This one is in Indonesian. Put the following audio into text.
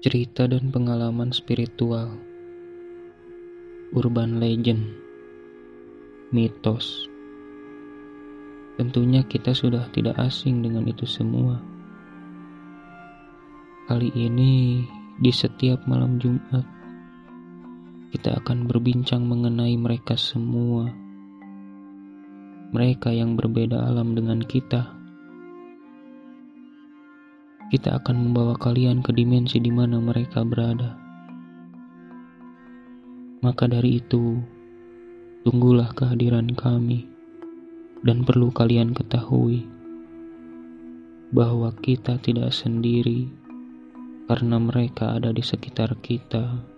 Cerita dan pengalaman spiritual, urban legend, mitos. Tentunya kita sudah tidak asing dengan itu semua. Kali ini, di setiap malam Jumat, kita akan berbincang mengenai mereka semua. Mereka yang berbeda alam dengan kita. Kita akan membawa kalian ke dimensi di mana mereka berada. Maka dari itu, tunggulah kehadiran kami. Dan perlu kalian ketahui bahwa kita tidak sendiri karena mereka ada di sekitar kita.